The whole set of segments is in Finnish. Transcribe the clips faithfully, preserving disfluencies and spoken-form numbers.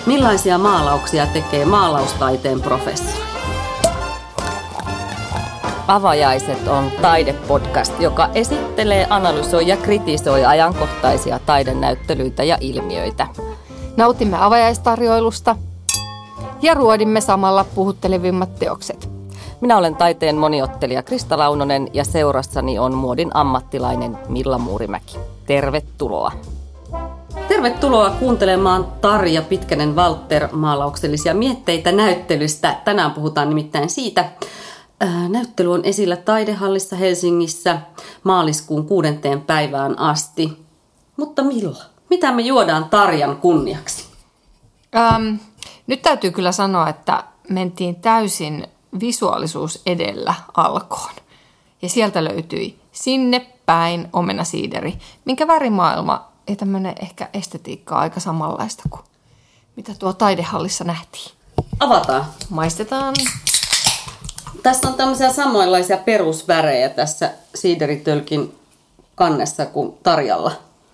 Millaisia maalauksia tekee maalaustaiteen professori? Avajaiset on taidepodcast, joka esittelee, analysoi ja kritisoi ajankohtaisia taidenäyttelyitä ja ilmiöitä. Nautimme avajaistarjoilusta ja ruodimme samalla puhuttelevimmat teokset. Minä olen taiteen moniottelija Krista Launonen ja seurassani on muodin ammattilainen Milla Muurimäki. Tervetuloa! Tervetuloa kuuntelemaan Tarja Pitkänen-Walter maalauksellisia mietteitä näyttelystä. Tänään puhutaan nimittäin siitä. Näyttely on esillä Taidehallissa Helsingissä maaliskuun kuudenteen päivään asti. Mutta Milla, mitä me juodaan Tarjan kunniaksi? Ähm, nyt täytyy kyllä sanoa, että mentiin täysin visuaalisuus edellä alkoon. Ja sieltä löytyi sinne päin omenasiideri, minkä värimaailma ja tämmöinen ehkä estetiikka on aika samanlaista kuin mitä tuo Taidehallissa nähtiin. Avataan. Maistetaan. Tässä on tämmöisiä samanlaisia perusvärejä tässä siideritölkin kannessa kuin Tarjalla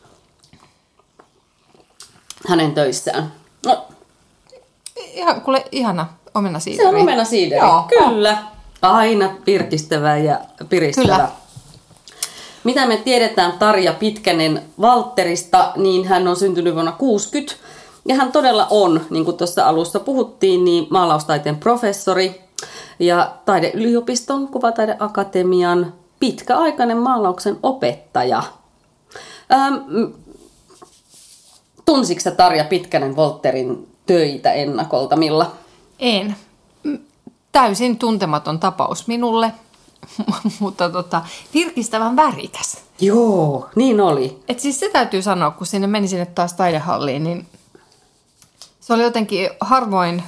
hänen töissään. No. Ihan, kuule, ihana omenasiideri. Se on omenasiideri, Joo. Kyllä. Aina virkistävä ja piristävä. Kyllä. Mitä me tiedetään Tarja Pitkänen-Walterista, niin hän on syntynyt vuonna kuusikymmentä. Ja hän todella on, niin kuin tuossa alussa puhuttiin, niin maalaustaiteen professori ja taideyliopiston, Kuvataideakatemian pitkäaikainen maalauksen opettaja. Ähm, tunsitko sä Tarja Pitkänen-Walterin töitä ennakolta, Milla? En. Täysin tuntematon tapaus minulle, mutta tota, virkistävän värikäs. Joo, niin oli. Et siis se täytyy sanoa, kun sinne meni sinne taas taidehalliin, niin se oli jotenkin harvoin,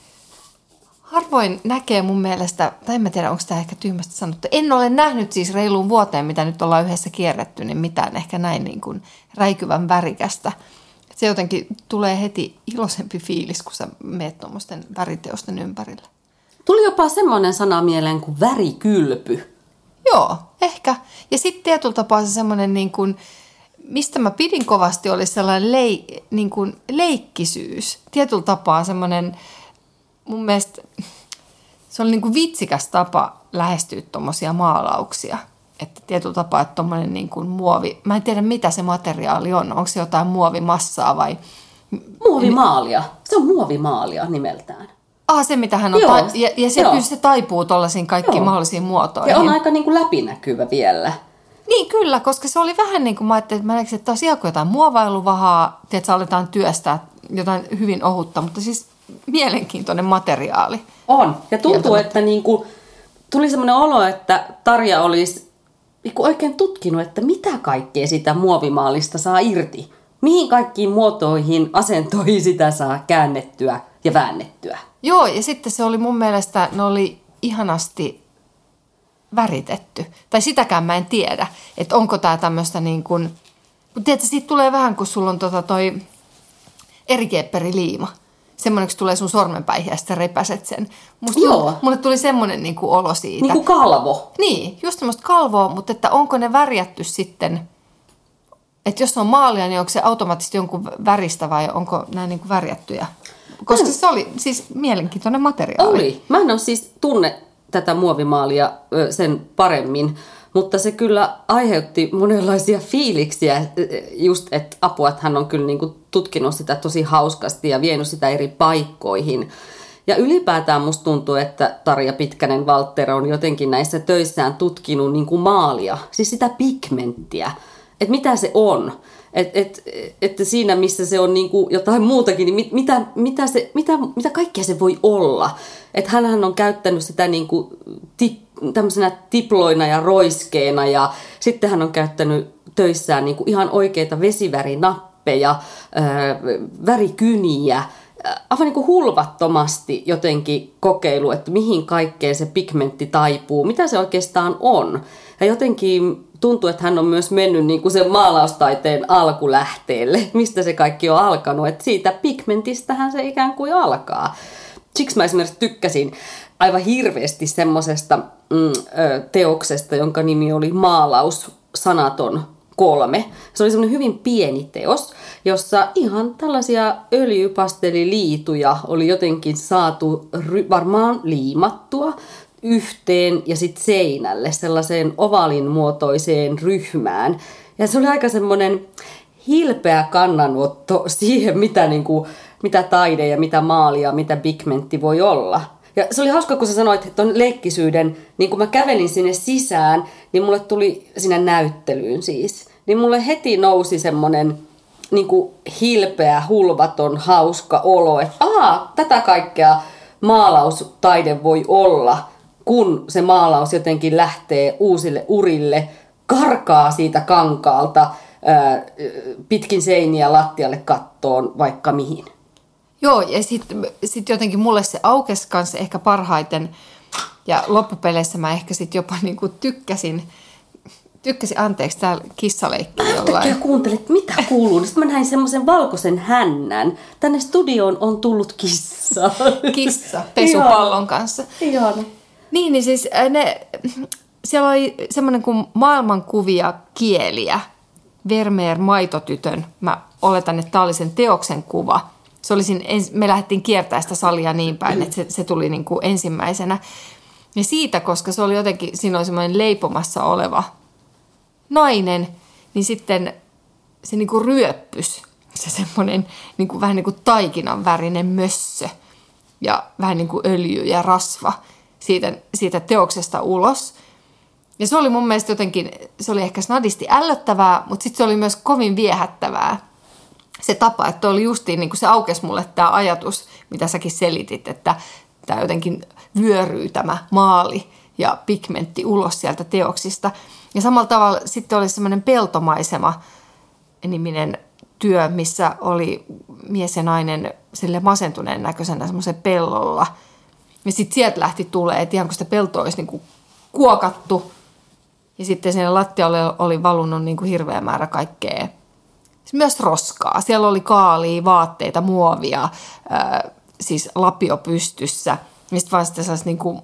harvoin näkee mun mielestä, tai en mä tiedä, onko tämä ehkä tyhmästi sanottu. En ole nähnyt siis reiluun vuoteen, mitä nyt ollaan yhdessä kierretty, niin mitään ehkä näin niin kuin räikyvän värikästä. Et se jotenkin tulee heti iloisempi fiilis, kun sä meet tuommoisten väriteosten ympärille. Tuli jopa semmoinen sana mieleen kuin värikylpy. Joo, ehkä. Ja sitten tietyllä tapaa se semmoinen, niin kuin, mistä mä pidin kovasti, oli sellainen lei, niin kuin leikkisyys. Tietyllä tapaa semmoinen, mun mielestä se oli niin kuin vitsikäs tapa lähestyä tuommoisia maalauksia. Että tietyllä tapaa, että tuommoinen niin kuin muovi, mä en tiedä mitä se materiaali on, onko se jotain muovimassaa vai... Muovimaalia, se on muovimaalia nimeltään. Ah, se mitä hän on, ta- ja, ja se, kyllä se taipuu tuollaisiin kaikkiin Joo. mahdollisiin muotoihin. Ja on aika niin kuin läpinäkyvä vielä. Niin kyllä, koska se oli vähän niin kuin mä ajattelin, että mä näkisin, että taas ihan kuin jotain muovailuvahaa, että sä aletaan työstää jotain hyvin ohutta, mutta siis mielenkiintoinen materiaali. On, ja tuntuu, että niin kuin, tuli semmoinen olo, että Tarja olisi niin kuin oikein tutkinut, että mitä kaikkea sitä muovimaalista saa irti. Mihin kaikkiin muotoihin, asentoihin sitä saa käännettyä ja väännettyä. Joo, ja sitten se oli mun mielestä, ne oli ihanasti väritetty. Tai sitäkään mä en tiedä, että onko tää tämmöistä niin kuin, mutta tiedätkö, siitä tulee vähän, kun sulla on tota toi erikeepperiliima. Semmoinen, kun tulee sun sormenpäihin ja sitten repäset sen. Musta Joo. Mulle tuli semmoinen niin kuin olo siitä. Niin kuin kalvo. Niin, just semmoista kalvoa, mutta että onko ne värjätty sitten, että jos on maalia, niin onko se automaattisesti jonkun väristä vai onko nämä niin kuin värjättyjä? Koska se oli siis mielenkiintoinen materiaali. Oli. Mä en ole siis tunne tätä muovimaalia sen paremmin, mutta se kyllä aiheutti monenlaisia fiiliksiä just, että apua, että hän on kyllä niin kuin tutkinut sitä tosi hauskasti ja vienyt sitä eri paikkoihin. Ja ylipäätään musta tuntuu, että Tarja Pitkänen-Walter on jotenkin näissä töissään tutkinut niin kuin maalia, siis sitä pigmenttiä, että mitä se on. Että et, et siinä, missä se on niinku jotain muutakin, niin mit, mitä, mitä, se, mitä, mitä kaikkea se voi olla. Että hänhän on käyttänyt sitä niinku tip, tämmöisenä tiploina ja roiskeena ja sitten hän on käyttänyt töissään niinku ihan oikeita vesivärinappeja, ää, värikyniä. Aivan niin kuin hulvattomasti jotenkin kokeilu, että mihin kaikkeen se pigmentti taipuu, mitä se oikeastaan on. Ja jotenkin tuntuu, että hän on myös mennyt niin kuin sen maalaustaiteen alkulähteelle, mistä se kaikki on alkanut. Että siitä pigmentistähän se ikään kuin alkaa. Siksi mä esimerkiksi tykkäsin aivan hirveästi semmoisesta mm, teoksesta, jonka nimi oli Maalaus sanaton kolme. Se oli semmoinen hyvin pieni teos, jossa ihan tällaisia öljypasteliliituja oli jotenkin saatu ry- varmaan liimattua yhteen ja sitten seinälle sellaiseen ovalin muotoiseen ryhmään. Ja se oli aika semmoinen hilpeä kannanotto siihen, mitä, niin kuin, mitä taide ja mitä maali ja mitä pigmentti voi olla. Ja se oli hauska, kun sä sanoit, että on leikkisyyden, niin kun mä kävelin sinne sisään, niin mulle tuli sinne näyttelyyn siis. Niin mulle heti nousi semmoinen niin kuin hilpeä, hulvaton, hauska olo, että aa, tätä kaikkea maalaustaide voi olla, kun se maalaus jotenkin lähtee uusille urille, karkaa siitä kankaalta, ää, pitkin seiniä lattialle kattoon, vaikka mihin. Joo, ja sitten sit jotenkin mulle se aukesi kanssa ehkä parhaiten, ja loppupeleissä mä ehkä sitten jopa niinku tykkäsin, tykkäsin, anteeksi, täällä kissaleikki jollain. Ja kuuntelet, mitä kuuluu. Sitten mä näin semmoisen valkoisen hännän. Tänne studioon on tullut kissa. Kissa, pesupallon kanssa. Ihana. Niin, niin siis ne, siellä oli semmoinen kuin maailmankuvia kieliä, Vermeer maitotytön. Mä oletan, että tämä oli sen teoksen kuva. Se oli siinä, me lähdettiin kiertämään sitä salia niin päin, että se, se tuli niin kuin ensimmäisenä. Ja siitä, koska se oli jotenkin, siinä oli semmoinen leipomassa oleva nainen, niin sitten se niin kuin ryöppys, se semmoinen niin kuin, vähän niin kuin taikinan värinen mössö ja vähän niin kuin öljy ja rasva siitä, siitä teoksesta ulos. Ja se oli mun mielestä jotenkin, se oli ehkä snadisti ällöttävää, mutta sitten se oli myös kovin viehättävää. Se tapa, että oli justiin, niin kuin se aukesi mulle tämä ajatus, mitä säkin selitit, että tämä jotenkin vyöryy tämä maali ja pigmentti ulos sieltä teoksista. Ja samalla tavalla sitten oli semmoinen peltomaisema-niminen työ, missä oli mies ja nainen sille masentuneen näköisenä semmoisen pellolla. Ja sitten sieltä lähti tulee, että ihan kun sitä peltoa olisi niin kuin kuokattu. Ja sitten sinne lattialle oli valunut niin kuin hirveä määrä kaikkea. Myös roskaa. Siellä oli kaalia, vaatteita, muovia, ää, siis lapio pystyssä. Ja sitten vaan sitten sellaista niin kuin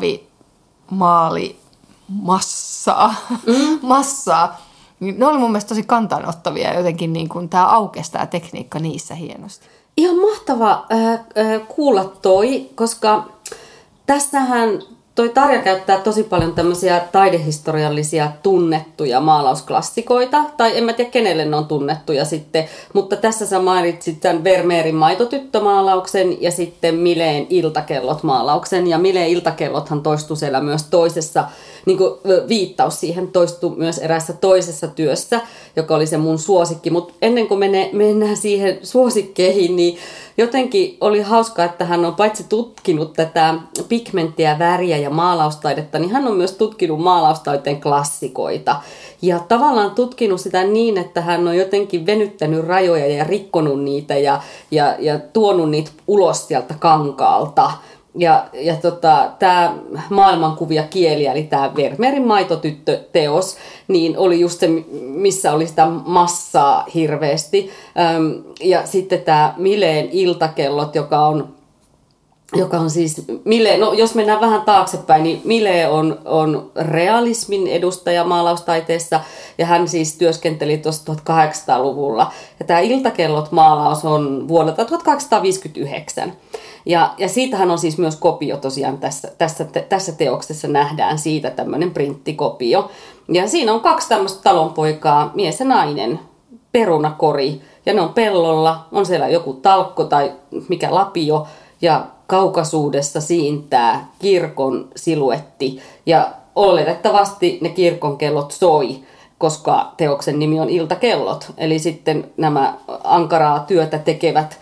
muovimaali massaa. Mm. massaa. Ne oli mun mielestä tosi kantaanottavia. Jotenkin niin kuin tämä aukesi tämä tekniikka niissä hienosti. Ihan mahtava äh, äh, kuulla toi, koska tässähän toi Tarja käyttää tosi paljon tämmöisiä taidehistoriallisia tunnettuja maalausklassikoita, tai en mä tiedä kenelle ne on tunnettuja sitten, mutta tässä sä mainitsit tämän Vermeerin maitotyttömaalauksen ja sitten Milleen iltakellot-maalauksen, ja Milleen iltakellothan toistui siellä myös toisessa, niin kuin viittaus siihen toistui myös eräässä toisessa työssä, joka oli se mun suosikki, mutta ennen kuin mene, mennään siihen suosikkeihin, niin jotenkin oli hauskaa, että hän on paitsi tutkinut tätä pigmenttiä, väriä ja maalaustaidetta, niin hän on myös tutkinut maalaustaiteen klassikoita. Ja tavallaan tutkinut sitä niin, että hän on jotenkin venyttänyt rajoja ja rikkonut niitä ja, ja, ja tuonut niitä ulos sieltä kankaalta. Ja, ja tota, tämä maailmankuvia kieli, eli tämä Vermeerin maitotyttö-teos, niin oli just se, missä oli sitä massaa hirveästi. Öm, ja sitten tämä Milleen iltakellot, joka on, joka on siis, Milleen, no jos mennään vähän taaksepäin, niin Milleen on, on realismin edustaja maalaustaiteessa, ja hän siis työskenteli tuossa tuhatkahdeksansataaluvulla. Ja tämä iltakellot-maalaus on vuodelta tuhatkahdeksansataaviisikymmentäyhdeksän. Ja, ja siitähän on siis myös kopio tosiaan tässä, tässä, tässä teoksessa nähdään siitä tämmöinen printtikopio. Ja siinä on kaksi tämmöistä talonpoikaa, mies ja nainen, perunakori. Ja ne on pellolla, on siellä joku talkko tai mikä lapio. Ja kaukaisuudessa siintää kirkon siluetti. Ja oletettavasti ne kirkon kellot soi, koska teoksen nimi on Iltakellot. Eli sitten nämä ankaraa työtä tekevät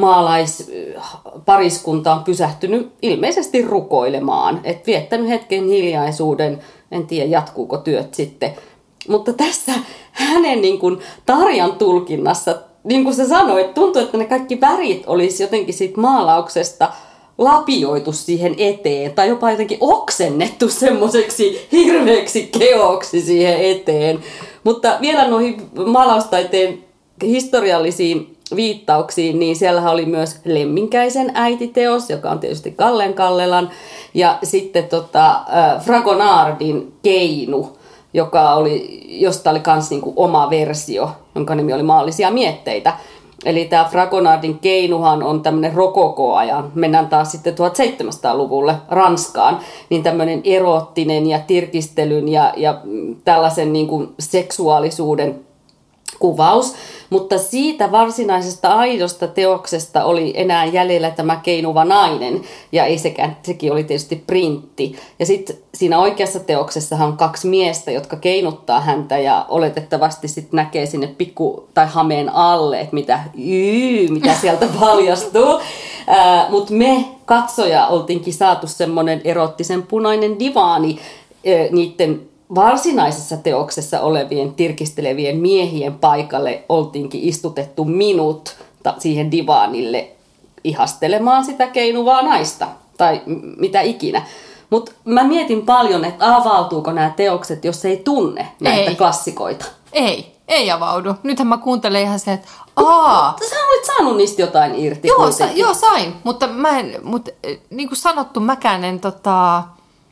maalaispariskunta on pysähtynyt ilmeisesti rukoilemaan, että viettänyt hetken hiljaisuuden, en tiedä jatkuuko työt sitten. Mutta tässä hänen niin kuin Tarjan tulkinnassa, niin kuin sä sanoit, tuntuu, että ne kaikki värit olisi jotenkin siitä maalauksesta lapioitu siihen eteen tai jopa jotenkin oksennettu semmoiseksi hirveäksi keoksi siihen eteen. Mutta vielä noihin maalaustaiteen historiallisiin viittauksiin, niin siellähän oli myös Lemminkäisen äititeos, joka on tietysti Kallen Kallelan, ja sitten tota, äh, Fragonardin Keinu, joka oli, josta oli myös niinku oma versio, jonka nimi oli Maallisia mietteitä. Eli tämä Fragonardin keinuhan on tämmöinen rokoko-ajan, mennään taas sitten tuhatseitsemänsataaluvulle Ranskaan, niin tämmöinen eroottinen ja tirkistelyn ja, ja tällaisen niin kuin seksuaalisuuden kuvaus. Mutta siitä varsinaisesta aidosta teoksesta oli enää jäljellä tämä keinuva nainen, ja ei sekään, sekin oli tietysti printti. Ja sitten siinä oikeassa teoksessahan on kaksi miestä, jotka keinuttaa häntä, ja oletettavasti sitten näkee sinne pikku tai hameen alle, että mitä, yy, mitä sieltä paljastuu. Mutta me katsoja oltiinkin saatu semmoinen erottisen punainen divaani niiden varsinaisessa teoksessa olevien tirkistelevien miehien paikalle oltiinkin istutettu minut siihen divaanille ihastelemaan sitä keinuvaa naista tai mitä ikinä. Mutta mä mietin paljon, että avautuuko nämä teokset, jos ei tunne näitä ei. klassikoita. Ei, ei avaudu. Nythän mä kuuntelen ihan se, että aa. Sä olit saanut niistä jotain irti. Joo, sa, joo sain, mutta mä en, mutta niin kuin sanottu, mäkään en tota...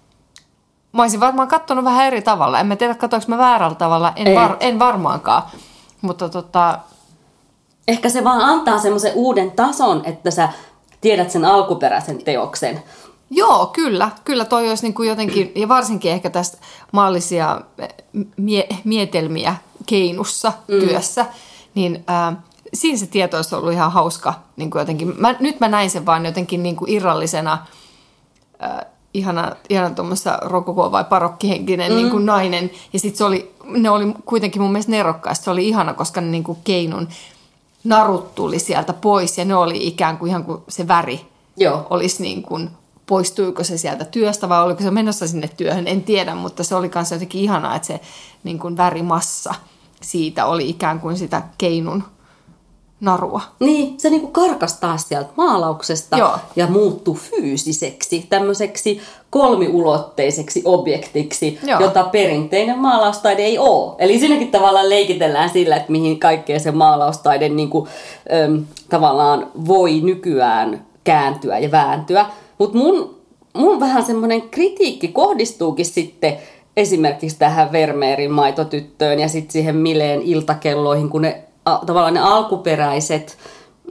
Mä olisin varmaan katsonut vähän eri tavalla. En mä tiedä, katsoinko mä väärällä tavalla. En, var, en varmaankaan. Mutta tota... Ehkä se vaan antaa semmoisen uuden tason, että sä tiedät sen alkuperäisen teoksen. Joo, kyllä. Kyllä toi olisi niin kuin jotenkin, ja varsinkin ehkä tästä maallisia mie- mietelmiä keinussa mm. työssä, niin äh, siinä se tieto olisi ollut ihan hauska. Niin kuin jotenkin. Mä, nyt mä näin sen vaan jotenkin niin kuin irrallisena... Äh, ihana, ihana tuommoista rokoko- vai parokkihenkinen mm. niin kuin nainen. Ja sitten se oli, ne oli kuitenkin mun mielestä nerokkaasti. Se oli ihana, koska ne niin kuin keinun narut tuli sieltä pois. Ja ne oli ikään kuin ihan kuin se väri Joo. olisi niin kuin, poistuiko se sieltä työstä vai oliko se menossa sinne työhön. En tiedä, mutta se oli kanssa jotenkin ihanaa, että se niin kuin värimassa siitä oli ikään kuin sitä keinun narua. Niin, se niinku karkas taas sieltä maalauksesta Joo. ja muuttui fyysiseksi, tämmöiseksi kolmiulotteiseksi objektiksi, Joo. jota perinteinen maalaustaide ei ole. Eli siinäkin tavallaan leikitellään sillä, että mihin kaikkea se maalaustaide niinku, äm, tavallaan voi nykyään kääntyä ja vääntyä. Mutta mun, mun vähän semmoinen kritiikki kohdistuukin sitten esimerkiksi tähän Vermeerin Maitotyttöön ja sitten siihen Mileen iltakelloihin, kun ne tavallaan ne alkuperäiset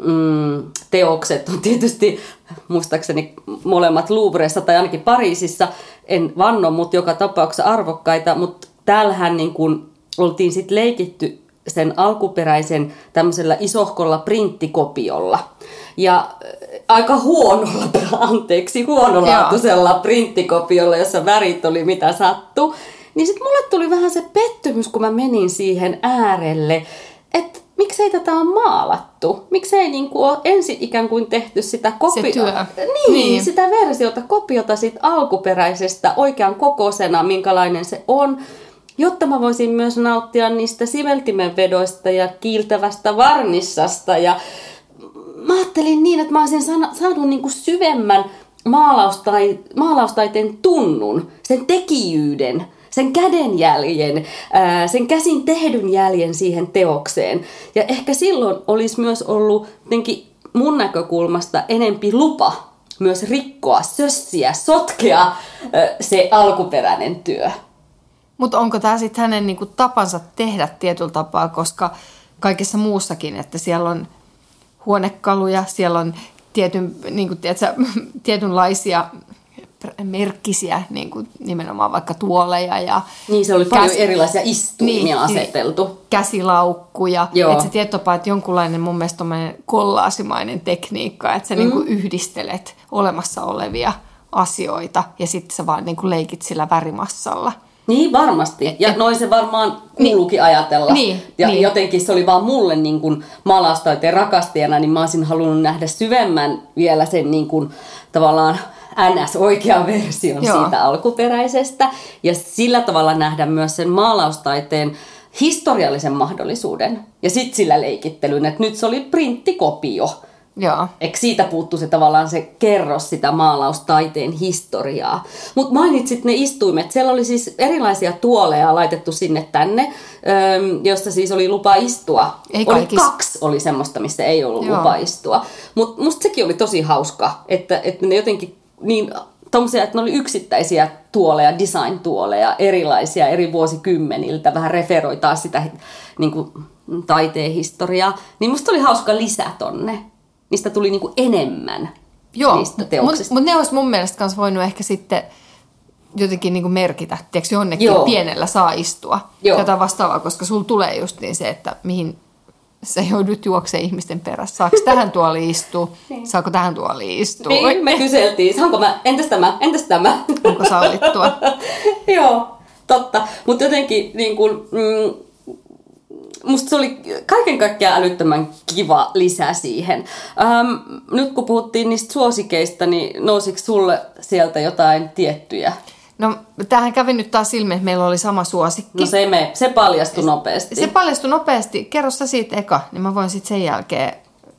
mm, teokset on tietysti muistaakseni molemmat Louvressa tai ainakin Pariisissa, en vanno, mutta joka tapauksessa arvokkaita, mutta täällähän niin kuin oltiin sitten leikitty sen alkuperäisen tämmöisellä isohkolla printtikopiolla. Ja aika huonolla, anteeksi, huonolaatuisella Joo. printtikopiolla, jossa värit oli mitä sattuu. Niin sitten mulle tuli vähän se pettymys, kun mä menin siihen äärelle, että miksei tätä ole maalattu? Miksei niin kuin ole ensin ikään kuin tehty sitä kopiota, niin, niin. sitä versiota, kopiota siitä alkuperäisestä oikean kokoisena, minkälainen se on, jotta mä voisin myös nauttia niistä siveltimenvedoista ja kiiltävästä varnissasta. Ja mä ajattelin niin, että mä olisin saanut niin kuin syvemmän maalaustai, maalaustaiteen tunnun, sen tekijyyden, sen kädenjäljen, ää, sen käsin tehdyn jäljen siihen teokseen. Ja ehkä silloin olisi myös ollut jotenkin mun näkökulmasta enempi lupa myös rikkoa, sössiä, sotkea ää, se alkuperäinen työ. Mutta onko tämä sitten hänen niinku tapansa tehdä tietyllä tapaa, koska kaikessa muussakin, että siellä on huonekaluja, siellä on tietyn, niinku, tiedätkö, tietynlaisia merkkisiä, niin kuin nimenomaan vaikka tuoleja. Ja niin, se oli käs... paljon erilaisia istuimia niin, aseteltu. Käsilaukkuja. Että se tietopaa, että jonkunlainen mun mielestä kollaasimainen tekniikka, että sä mm. niin kuin yhdistelet olemassa olevia asioita ja sitten sä vaan niin kuin leikit sillä värimassalla. Niin, varmasti. Ja et, noin se varmaan kuuluukin niin, ajatella. Niin, ja niin. jotenkin se oli vaan mulle niin kuin maalaustaiteen rakastajana, niin mä olisin halunnut nähdä syvemmän vielä sen niin kuin, tavallaan N S-oikean version Joo. siitä alkuperäisestä. Ja sillä tavalla nähdä myös sen maalaustaiteen historiallisen mahdollisuuden. Ja sitten sillä leikittelyn, että nyt se oli printtikopio. Joo. Eikö siitä puuttu se tavallaan se kerros sitä maalaustaiteen historiaa. Mutta mainitsit ne istuimet. Siellä oli siis erilaisia tuoleja laitettu sinne tänne, jossa siis oli lupa istua. Ei oli kaikissa. kaksi oli semmoista, missä ei ollut Joo. lupa istua. Mutta musta sekin oli tosi hauska, että, että ne jotenkin niin tommosia, että ne oli yksittäisiä tuoleja, design-tuoleja, erilaisia eri vuosikymmeniltä, vähän referoi taas sitä niin kuin, taiteen historiaa. Niin musta oli hauska lisä tonne. Niistä tuli niin kuin enemmän. Joo, niistä teoksista. Mutta ne olisi mun mielestä myös voinut ehkä sitten jotenkin niin kuin merkitä, tiedätkö, jonnekin Joo. pienellä saa istua. Joo. Jotain vastaavaa, koska sulla tulee just niin se, että mihin sä joudut juokseen ihmisten perässä. Saako tähän tuoliin istua? Niin. Saako tähän tuoliin istua? Niin, me kyseltiin, saanko mä, entäs tämä, entäs tämä? Onko sallittua? Joo, totta. Mutta jotenkin niin kun, mm, musta se oli kaiken kaikkiaan älyttömän kiva lisä siihen. Ähm, nyt kun puhuttiin niistä suosikeista, niin nousiko sulle sieltä jotain tiettyjä? No tämähän kävi nyt taas ilmi, että meillä oli sama suosikki. No se, me, se paljastui nopeasti. Se paljastui nopeasti. Kerro sä siitä eka, niin mä voin sitten sen jälkeen.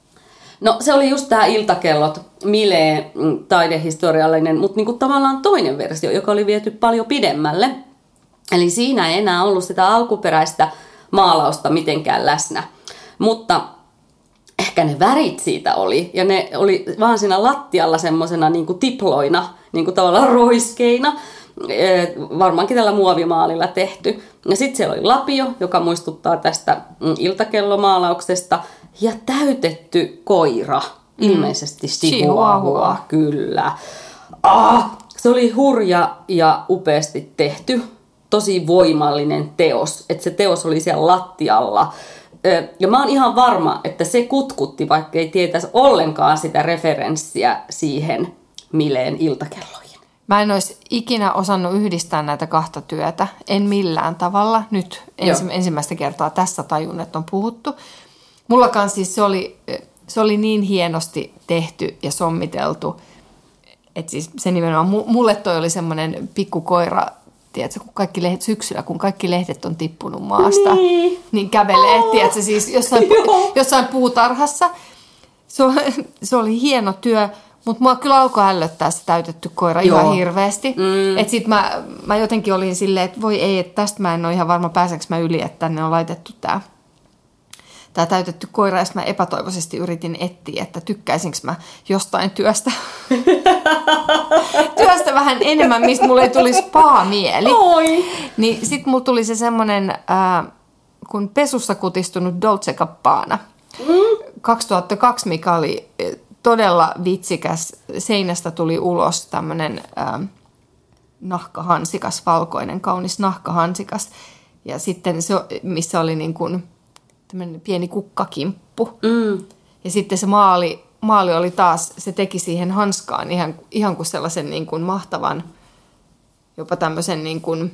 No se oli just tää Iltakellot, Milleen taidehistoriallinen, mutta niinku tavallaan toinen versio, joka oli viety paljon pidemmälle. Eli siinä ei enää ollut sitä alkuperäistä maalausta mitenkään läsnä. Mutta ehkä ne värit siitä oli, ja ne oli vaan siinä lattialla semmosena niinku tiploina, niinku tavallaan roiskeina. Varmaankin tällä muovimaalilla tehty. Ja sitten siellä oli lapio, joka muistuttaa tästä iltakellomaalauksesta. Ja täytetty koira. Mm. Ilmeisesti chihuahua, kyllä. Ah, se oli hurja ja upeasti tehty. Tosi voimallinen teos. Että se teos oli siellä lattialla. Ja mä oon ihan varma, että se kutkutti, vaikka ei tietäisi ollenkaan sitä referenssiä siihen Milleen iltakelloihin. Mä en olisi ikinä osannut yhdistää näitä kahta työtä, en millään tavalla. Nyt ensi, ensimmäistä kertaa tässä tajun, että on puhuttu. Mullakaan siis se oli, se oli niin hienosti tehty ja sommiteltu, että siis se nimenomaan, mulle toi oli semmoinen pikkukoira, tiedätkö, kun kaikki lehdet, syksyllä, kun kaikki lehdet on tippunut maasta, niin, niin kävelee, oh. tiedätkö, siis jossain, jossain puutarhassa. Se, se oli hieno työ. Mutta mua kyllä alkoi ällöttää se täytetty koira Joo. ihan hirveästi. Mm. Että sit mä, mä jotenkin olin silleen, että voi ei, että tästä mä en ole ihan varma pääsenkö mä yli, että tänne on laitettu tää, tää täytetty koira. Ja mä epätoivoisesti yritin etsiä, että tykkäisinkö mä jostain työstä. työstä vähän enemmän, mistä mulle ei tulisi spa-mieli. Oi. Niin sit mulla tuli se semmonen, äh, kun pesussa kutistunut Dolce Gabbana. Mm. kaksituhattakaksi, mikä oli todella vitsikäs. Seinästä tuli ulos tämmöinen äh, nahkahansikas, valkoinen, kaunis nahkahansikas. Ja sitten se, missä oli niin kuin tämmöinen pieni kukkakimppu. Mm. Ja sitten se maali, maali oli taas, se teki siihen hanskaan ihan, ihan kuin sellaisen niin kuin mahtavan, jopa tämmöisen niin kuin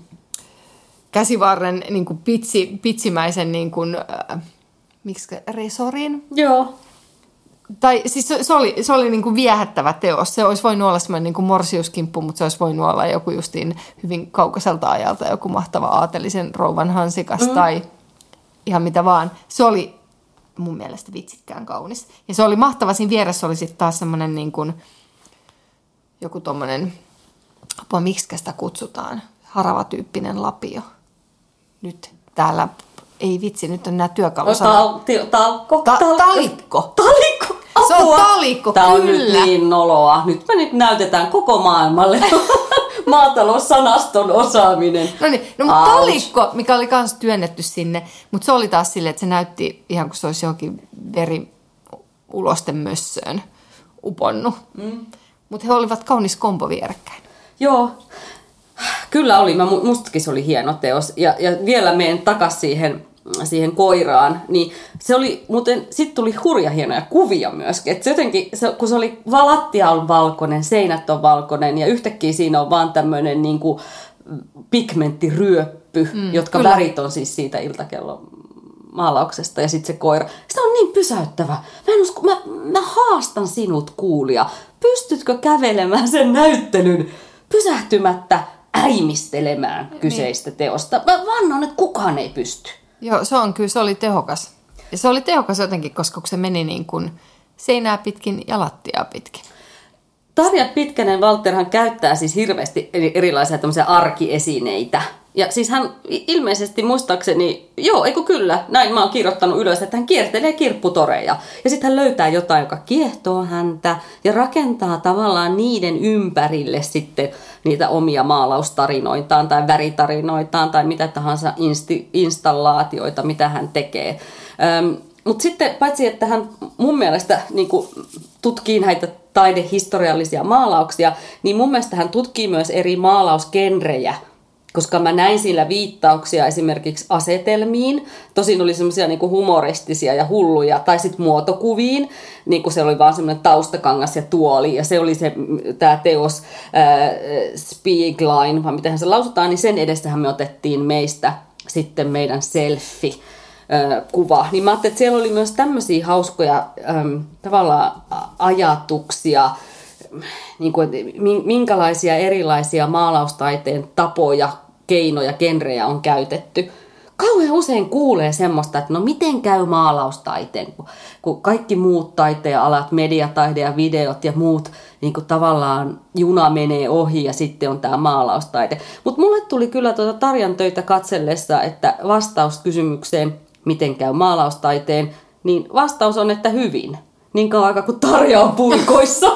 käsivarren niin kuin pitsi, pitsimäisen niin kuin, äh, miksi resorin? Joo. Tai siis se, se oli, se oli niin kuin viehättävä teos. Se olisi voinut olla semmoinen niin kuin morsiuskimppu, mutta se olisi voinut olla joku justiin hyvin kaukaiselta ajalta, joku mahtava aatelisen rouvan hansikas mm. tai ihan mitä vaan. Se oli mun mielestä vitsikkään kaunis. Ja se oli mahtava. Siinä vieressä oli sitten taas semmoinen niin kuin joku tommoinen, apua, miksikä sitä kutsutaan, haravatyyppinen lapio. Nyt täällä, ei vitsi, nyt on nämä työkalusanat. Tal- talkko? Ta- talikko. Talikko. Apua. Se on talikko, Tämä on kyllä. nyt niin noloa. Nyt me nyt näytetään koko maailmalle maataloussanaston osaaminen. No niin, no mutta talikko, mikä oli myös työnnetty sinne, mutta se oli taas silleen, että se näytti ihan kuin se olisi johonkin veri ulosten mössöön uponnut. Mm. Mutta he olivat kaunis kombo vierekkäin. Joo, kyllä oli. Mä, mustakin se oli hieno teos. Ja, ja vielä menen takaisin siihen, siihen koiraan. Niin se oli, muuten sitten tuli hurja hienoja kuvia myöskin. Et se jotenkin, se, kun se oli, lattia on valkoinen, seinät on valkoinen ja yhtäkkiä siinä on vaan tämmöinen niinku pigmenttiryöppy, mm, jotka kyllä. värit on siis siitä iltakellon maalauksesta ja sitten se koira. Se on niin pysäyttävä. Mä, en usko, mä, mä haastan sinut, kuulija. Pystytkö kävelemään sen näyttelyn pysähtymättä äimistelemään kyseistä niin. teosta? Mä vannon, että kukaan ei pysty. Joo, se on kyllä, se oli tehokas. Ja se oli tehokas jotenkin, koska se meni niin kuin seinää pitkin ja lattiaa pitkin. Tarja Pitkänen Valterhan käyttää siis hirveästi erilaisia tämmöisiä arkiesineitä Ja siis hän ilmeisesti muistaakseni, joo, eikö kyllä, näin mä oon kirjoittanut ylös, että hän kiertelee kirpputoreja. Ja sitten hän löytää jotain, joka kiehtoo häntä ja rakentaa tavallaan niiden ympärille sitten niitä omia maalaustarinoitaan tai väritarinoitaan tai mitä tahansa insti- installaatioita, mitä hän tekee. Öm, Mutta sitten paitsi, että hän mun mielestä niin kuin tutkii näitä taidehistoriallisia maalauksia, niin mun mielestä hän tutkii myös eri maalausgenrejä, koska mä näin sillä viittauksia esimerkiksi asetelmiin. Tosin oli semmoisia niin kuin humoristisia ja hulluja, tai sitten muotokuviin, niin kuin se oli vaan semmoinen taustakangas ja tuoli, ja se oli se, tämä teos äh, Spieglein, vai miten se lausutaan, niin sen edessähän me otettiin meistä sitten meidän selfie kuva. Niin mä ajattelin, että siellä oli myös tämmöisiä hauskoja äm, tavallaan ajatuksia, niin kuin, että minkälaisia erilaisia maalaustaiteen tapoja, keinoja, genrejä on käytetty. Kauhean usein kuulee semmoista, että no miten käy maalaustaiteen, kun, kun kaikki muut taiteenalat, mediataide ja videot ja muut, niin kuin tavallaan juna menee ohi ja sitten on tämä maalaustaide. Mutta mulle tuli kyllä tuota Tarjan töitä katsellessa, että vastaus kysymykseen, miten käy maalaustaiteen, niin vastaus on, että hyvin. Niin kauan aikaa kuin Tarja on puikoissa.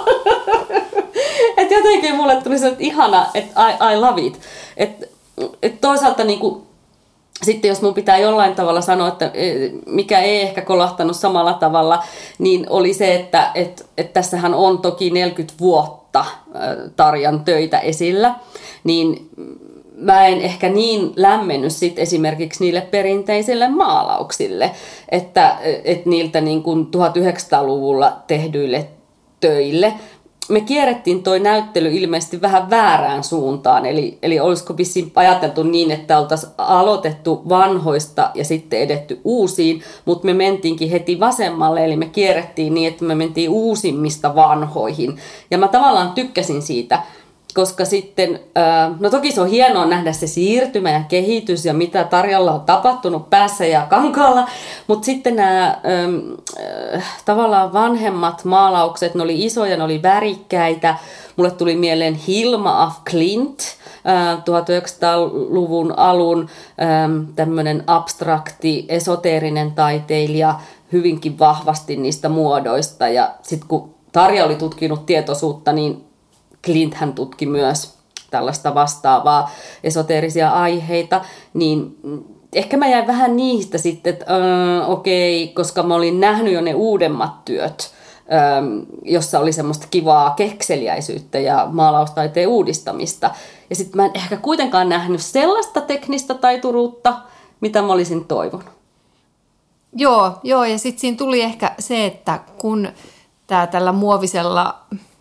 Että jotenkin mulle tuli se, että ihana, että I, I love it. Että et toisaalta niin kuin, sitten jos mun pitää jollain tavalla sanoa, että mikä ei ehkä kolahtanut samalla tavalla, niin oli se, että et, et tässähän on toki neljäkymmentä vuotta Tarjan töitä esillä, niin mä en ehkä niin lämmennyt sit esimerkiksi niille perinteisille maalauksille, että et niiltä niin kuin tuhatyhdeksänsataaluvulla tehdyille töille. Me kierrettiin toi näyttely ilmeisesti vähän väärään suuntaan, eli, eli olisiko vissiin ajateltu niin, että oltaisiin aloitettu vanhoista ja sitten edetty uusiin, mutta me mentiinkin heti vasemmalle, eli me kierrettiin niin, että me mentiin uusimmista vanhoihin. Ja mä tavallaan tykkäsin siitä, koska sitten, no toki se on hienoa nähdä se siirtymä ja kehitys ja mitä Tarjalla on tapahtunut päässä ja kankaalla, mutta sitten nämä tavallaan vanhemmat maalaukset, ne oli isoja, ne oli värikkäitä. Mulle tuli mieleen Hilma af Klint, tuhatyhdeksänsataaluvun alun tämmöinen abstrakti, esoteerinen taiteilija, hyvinkin vahvasti niistä muodoista. Ja sitten kun Tarja oli tutkinut tietoisuutta, niin Klint hän tutki myös tällaista vastaavaa esoteerisia aiheita, niin ehkä mä jäin vähän niistä sitten, että äh, okei, okay, koska mä olin nähnyt jo ne uudemmat työt, ähm, jossa oli semmoista kivaa kekseliäisyyttä ja maalaustaiteen uudistamista. Ja sitten mä en ehkä kuitenkaan nähnyt sellaista teknistä taituruutta, mitä mä olisin toivonut. Joo, joo ja sitten siinä tuli ehkä se, että kun tää tällä muovisella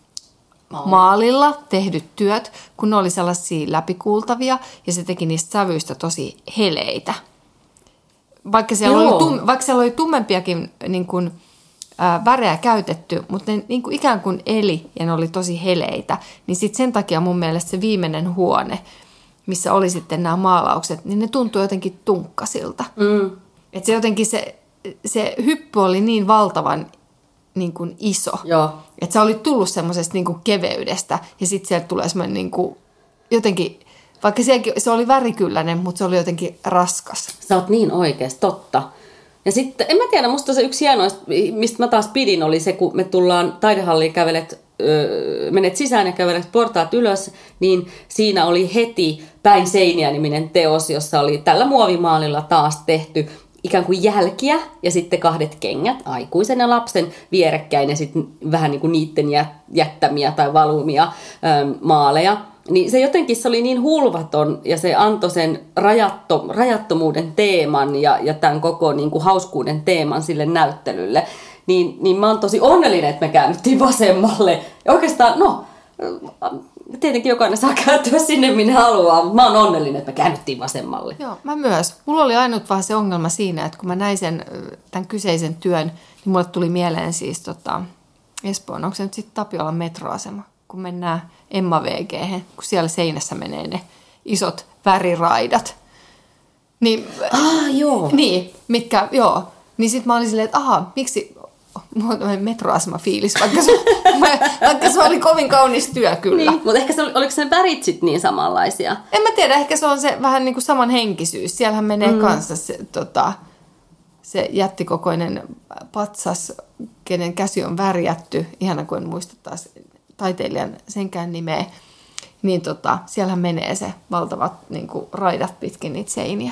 maalilla tehdyt työt, kun ne oli sellaisia läpikuultavia ja se teki niistä sävyistä tosi heleitä. Vaikka siellä, oli, tum, vaikka siellä oli tummempiakin niin kuin, ää, värejä käytetty, mutta ne niin kuin ikään kuin eli ja ne oli tosi heleitä, niin sitten sen takia mun mielestä se viimeinen huone, missä oli sitten nämä maalaukset, niin ne tuntui jotenkin tunkkasilta. Mm. Että se jotenkin se, se hyppy oli niin valtavan niin kuin iso. Joo. Että sä olit tullut semmoisesta niin kuin keveydestä ja sitten sieltä tulee semmoinen niin kuin jotenkin, vaikka se oli värikylläinen, mutta se oli jotenkin raskas. Sä oot niin oikeasti, totta. Ja sitten, en mä tiedä, musta se yksi hienoista, mistä mä taas pidin, oli se, kun me tullaan taidehalliin, kävelet, öö, menet sisään ja kävelet portaat ylös, niin siinä oli heti Päin seiniä -niminen teos, jossa oli tällä muovimaalilla taas tehty ikään kuin jälkiä ja sitten kahdet kengät, aikuisen ja lapsen vierekkäin ja sitten vähän niin kuin niiden jättämiä tai valumia ähm, maaleja. Niin se jotenkin se oli niin hulvaton ja se antoi sen rajatto, rajattomuuden teeman ja, ja tämän koko niin kuin hauskuuden teeman sille näyttelylle. Niin, niin mä oon tosi onnellinen, että me käännyttiin vasemmalle. Ja oikeastaan, no, tietenkin jokainen saa kääntyä sinne, minne haluaa, mutta mä oon onnellinen, että me käännyttiin vasemmalle. Joo, mä myös. Mulla oli ainut vaan se ongelma siinä, että kun mä näin sen, tämän kyseisen työn, niin mulle tuli mieleen siis tota, Espoon, onko se nyt sitten Tapiolan metroasema, kun mennään Emma V G:hen, kun siellä seinässä menee ne isot väriraidat. Niin, ah, joo. Niin, mitkä, joo. Niin sit mä olin silleen, että aha, miksi, mulla oli metroasema-fiilis, vaikka se, vaikka se oli kovin kaunis työ kyllä. Niin, mutta ehkä se oli, oliko se värit sit niin samanlaisia? En mä tiedä, ehkä se on se vähän niin kuin samanhenkisyys. Siellähän menee mm. kanssa se, tota, se jättikokoinen patsas, kenen käsi on värjätty, ihana kun en muista taas taiteilijan senkään nimeä, niin tota, siellähän menee se valtavat niin kuin raidat pitkin niitä seiniä.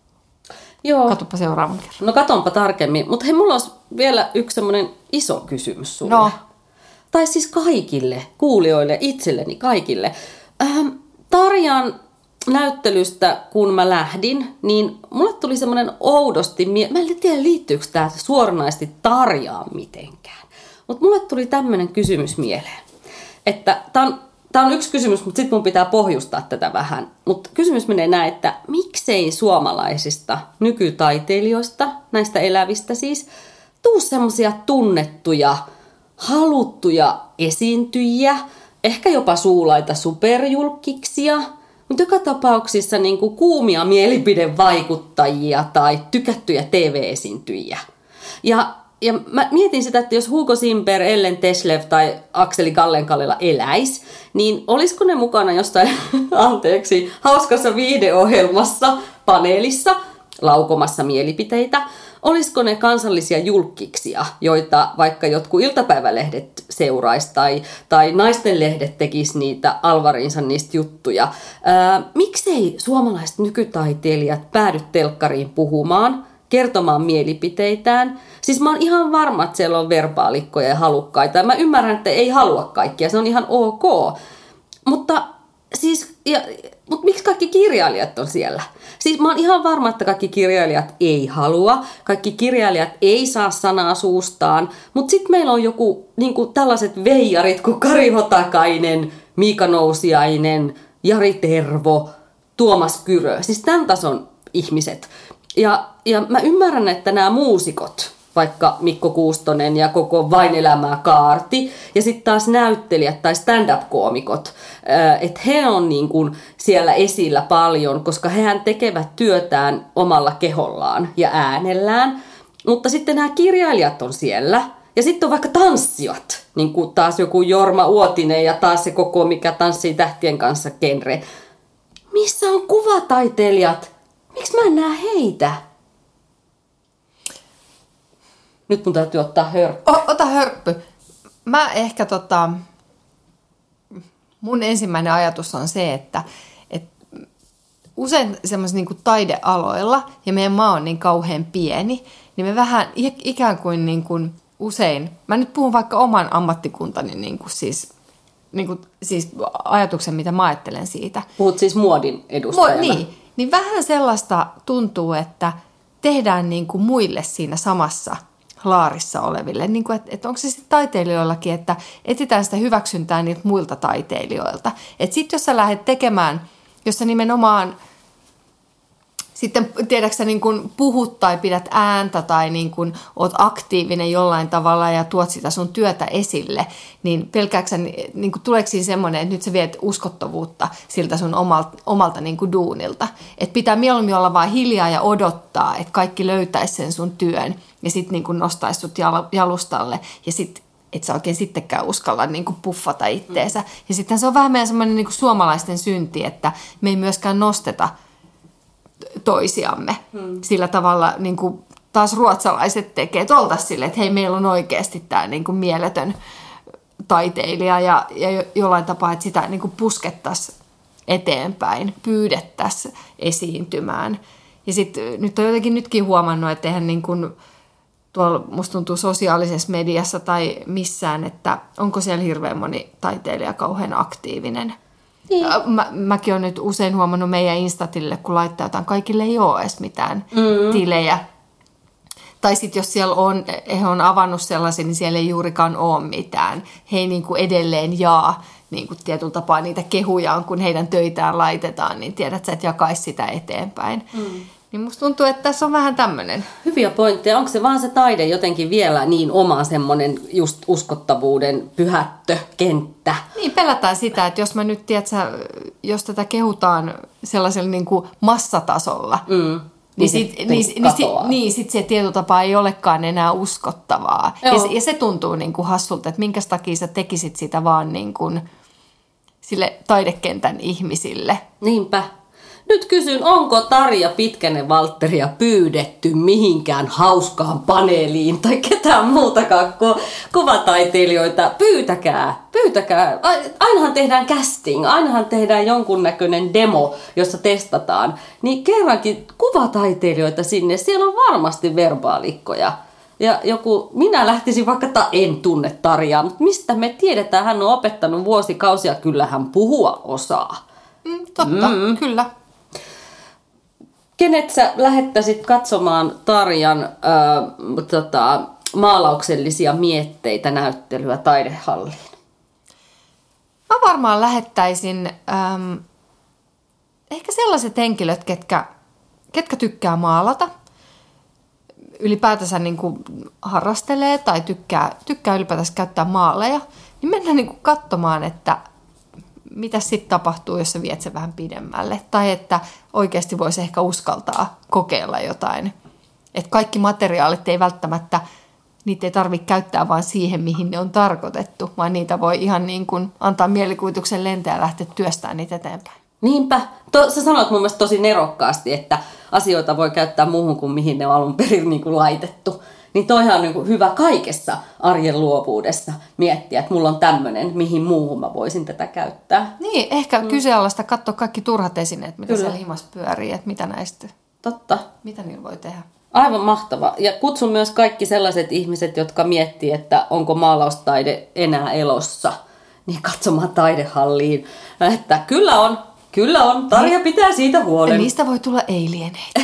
Joo. Katsopa seuraavan kerran. No katonpa tarkemmin. Mutta hei, mulla olisi vielä yksi semmoinen iso kysymys sulle. No. Tai siis kaikille kuulijoille, itselleni kaikille. Ähm, Tarjan näyttelystä, kun mä lähdin, niin mulle tuli semmoinen oudosti, mie- mä en tiedä liittyykö tämä suoranaisesti Tarjaan mitenkään. Mutta mulle tuli tämmöinen kysymys mieleen, että tää on Tämä on yksi kysymys, mutta sitten mun pitää pohjustaa tätä vähän. Mutta kysymys menee näin, että miksei suomalaisista nykytaiteilijoista, näistä elävistä siis, tuu semmoisia tunnettuja, haluttuja esiintyjiä, ehkä jopa suulaita superjulkkiksia, mutta joka tapauksissa niin kuin kuumia mielipidevaikuttajia tai tykättyjä T V-esiintyjiä. Ja Ja mä mietin sitä, että jos Hugo Simper, Ellen Teslev tai Akseli Gallenkallella eläis, niin olisiko ne mukana jostain, anteeksi, hauskassa viihdeohjelmassa, paneelissa, laukomassa mielipiteitä? Olisiko ne kansallisia julkkiksia, joita vaikka jotkut iltapäivälehdet seuraisi tai, tai naistenlehdet tekisi niitä alvariinsa niistä juttuja? Ää, miksei suomalaiset nykytaiteilijat päädy telkkariin puhumaan, kertomaan mielipiteitään? Siis mä oon ihan varma, että siellä on verbaalikkoja ja halukkaita. Mä ymmärrän, että ei halua kaikkia. Se on ihan ok. Mutta siis, ja, mutta miksi kaikki kirjailijat on siellä? Siis mä oon ihan varma, että kaikki kirjailijat ei halua. Kaikki kirjailijat ei saa sanaa suustaan. Mutta sitten meillä on joku niin kuin tällaiset veijarit kuin Kari Hotakainen, Miika Nousiainen, Jari Tervo, Tuomas Kyrö. Siis tämän tason ihmiset. Ja, ja mä ymmärrän, että nämä muusikot, vaikka Mikko Kuustonen ja koko Vain elämää Kaarti, ja sitten taas näyttelijät tai stand-up-koomikot, että he on niin kuin siellä esillä paljon, koska hehän tekevät työtään omalla kehollaan ja äänellään. Mutta sitten nämä kirjailijat on siellä, ja sitten on vaikka tanssijat, niin kuin taas joku Jorma Uotinen ja taas se koko mikä tanssii tähtien kanssa genre. Missä on kuvataiteilijat? Miksi mä en näe heitä? Nyt mun täytyy ottaa hörppy. O, ota hörppy. Mä ehkä tota... Mun ensimmäinen ajatus on se, että, että usein semmoisilla niin kuin taidealoilla, ja meidän maa on niin kauhean pieni, niin me vähän ikään kuin, niin kuin usein... Mä nyt puhun vaikka oman ammattikuntani niin kuin siis... Niin kuin, siis ajatuksen, mitä mä ajattelen siitä. Puhut siis muodin edustajana. Mo, niin. Niin vähän sellaista tuntuu, että tehdään niin kuin muille siinä samassa laarissa oleville. Niin kuin, että, että onko se sitten taiteilijoillakin, että etsitään sitä hyväksyntää niiltä muilta taiteilijoilta. Että sitten jos sä lähdet tekemään, jos sä nimenomaan sitten tiedätkö sä niin kuin puhut tai pidät ääntä tai niin kuin oot aktiivinen jollain tavalla ja tuot sitä sun työtä esille, niin pelkääksä, niin kuin tuleeko siinä semmoinen, että nyt sä viet uskottavuutta siltä sun omalta, omalta niin kuin duunilta. Että pitää mieluummin olla vaan hiljaa ja odottaa, että kaikki löytäisi sen sun työn ja sitten niin kuin nostaisi sut jalustalle ja sitten et sä oikein sittenkään uskalla niin kuin puffata itteensä. Ja sitten se on vähän meidän semmoinen niin kuin suomalaisten synti, että me ei myöskään nosteta toisiamme hmm. sillä tavalla, niin kuin taas ruotsalaiset tekee, että oltaisiin silleen, että hei, meillä on oikeasti tämä niin kuin mieletön taiteilija ja, ja jollain tapaa, että sitä niin kuin puskettaisiin eteenpäin, pyydettäisiin esiintymään. Ja sitten nyt on jotenkin nytkin huomannut, että eihän niin kuin tuolla musta tuntuu sosiaalisessa mediassa tai missään, että onko siellä hirveän moni taiteilija kauhean aktiivinen. Niin. Mä, mäkin olen nyt usein huomannut meidän Instatille, kun laittaa jotain, kaikille ei ole edes mitään mm. tilejä. Tai sitten jos siellä on, he on avannut sellaisen, niin siellä ei juurikaan ole mitään. He ei niin kuin edelleen jaa niin kuin tietyllä tapaa niitä kehujaan, kun heidän töitään laitetaan, niin tiedät sä, että jakaisi sitä eteenpäin. Mm. Niin musta tuntuu, että tässä on vähän tämmöinen. Hyviä pointteja. Onko se vaan se taide jotenkin vielä niin oma semmoinen just uskottavuuden pyhättö, kenttä? Niin, pelätään sitä, että jos mä nyt, tiedätkö, jos tätä kehutaan sellaisella niin kuin massatasolla, mm. niin sitten niin, niin, sit, niin, sit se tietotapa ei olekaan enää uskottavaa. Ja, ja se tuntuu niin kuin hassulta, että minkä takia sä tekisit sitä vaan niin kuin sille taidekentän ihmisille. Niinpä. Nyt kysyn, onko Tarja Pitkänen-Valtteria pyydetty mihinkään hauskaan paneeliin tai ketään muutakaan kuin kuvataiteilijoita? Pyytäkää, pyytäkää. Ainahan tehdään casting, ainahan tehdään jonkunnäköinen demo, jossa testataan. Niin kerrankin kuvataiteilijoita sinne, siellä on varmasti verbaalikkoja. Ja joku, minä lähtisin vaikka, ta, en tunne Tarjaa, mutta mistä me tiedetään, hän on opettanut vuosikausia, kyllä hän puhua osaa. Mm, totta, mm. kyllä. Kenet sä lähettäisit katsomaan Tarjan äh, tota, maalauksellisia mietteitä näyttelyä taidehalliin? Mä varmaan lähettäisin ähm, ehkä sellaiset henkilöt, ketkä, ketkä tykkää maalata, ylipäätänsä niin kuin harrastelee tai tykkää, tykkää ylipäätänsä käyttää maaleja, niin mennään niin kuin katsomaan, että mitä sitten tapahtuu, jos sä viet sen vähän pidemmälle. Tai että oikeasti voisi ehkä uskaltaa kokeilla jotain. Että kaikki materiaalit ei välttämättä, niitä ei tarvitse käyttää vaan siihen, mihin ne on tarkoitettu, vaan niitä voi ihan niin kuin antaa mielikuvituksen lentää ja lähteä työstämään niitä eteenpäin. Niinpä. To, sä sanoit mun mielestä tosi nerokkaasti, että asioita voi käyttää muuhun kuin mihin ne on alun perin niin kuin laitettu. Niin toihan on niin kuin hyvä kaikessa arjen luovuudessa miettiä, että mulla on tämmöinen, mihin muuhun mä voisin tätä käyttää. Niin, ehkä mm. kyseenalaista katsoa kaikki turhat esineet, mitä Kyllä. siellä himassa pyörii, että mitä näistä, Totta. mitä niillä voi tehdä. Aivan mahtava. Ja kutsun myös kaikki sellaiset ihmiset, jotka miettii, että onko maalaustaide enää elossa, niin katsomaan taidehalliin, että kyllä on, kyllä on, Tarja pitää siitä huolen. Ja niistä voi tulla alieneitä.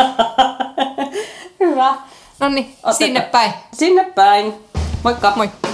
Hyvä. Noniin, sinne päin. Sinne päin. Moikka. Moi.